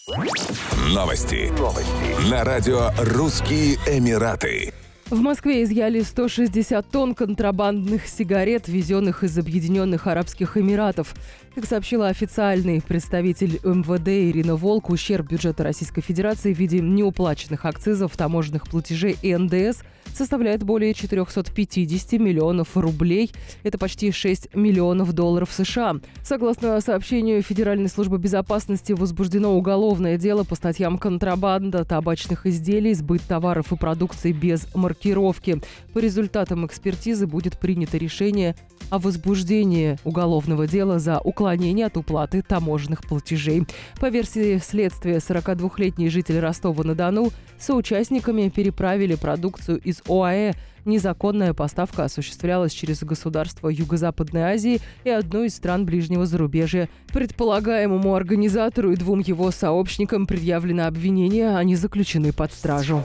Новости. На радио «Русские Эмираты». В Москве изъяли 160 тонн контрабандных сигарет, везенных из Объединенных Арабских Эмиратов. Как сообщила официальный представитель МВД Ирина Волк, ущерб бюджета Российской Федерации в виде неуплаченных акцизов, таможенных платежей и НДС составляет более 450 миллионов рублей. Это почти 6 миллионов долларов США. Согласно сообщению Федеральной службы безопасности, возбуждено уголовное дело по статьям контрабанда табачных изделий, сбыт товаров и продукции без маркировки. По результатам экспертизы будет принято решение о возбуждении уголовного дела за уклонение от уплаты таможенных платежей. По версии следствия, 42-летний житель Ростова-на-Дону соучастниками переправили продукцию из ОАЭ. Незаконная поставка осуществлялась через государства Юго-Западной Азии и одну из стран ближнего зарубежья. Предполагаемому организатору и двум его сообщникам предъявлено обвинение, они заключены под стражу.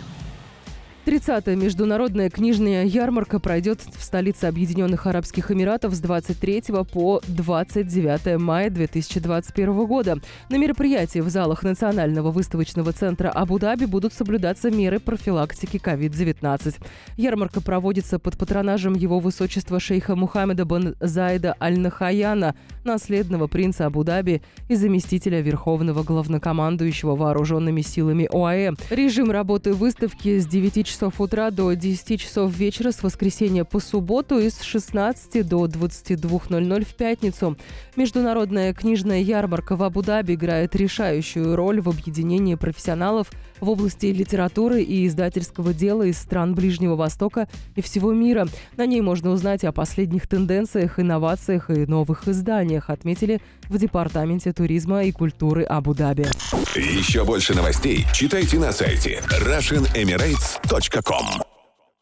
30-я международная книжная ярмарка пройдет в столице Объединенных Арабских Эмиратов с 23 по 29 мая 2021 года. На мероприятии в залах Национального выставочного центра Абу-Даби будут соблюдаться меры профилактики COVID-19. Ярмарка проводится под патронажем Его Высочества шейха Мухаммеда бен Заида Аль-Нахаяна, наследного принца Абу-Даби и заместителя Верховного главнокомандующего вооруженными силами ОАЭ. Режим работы выставки с 9 часов утра до 10 часов вечера с воскресенья по субботу и с 16 до 22:00 в пятницу. Международная книжная ярмарка в Абу-Даби играет решающую роль в объединении профессионалов в области литературы и издательского дела из стран Ближнего Востока и всего мира. На ней можно узнать о последних тенденциях, инновациях и новых изданиях, отметили в Департаменте туризма и культуры Абу-Даби. Еще больше новостей читайте на сайте RussianEmirates.com.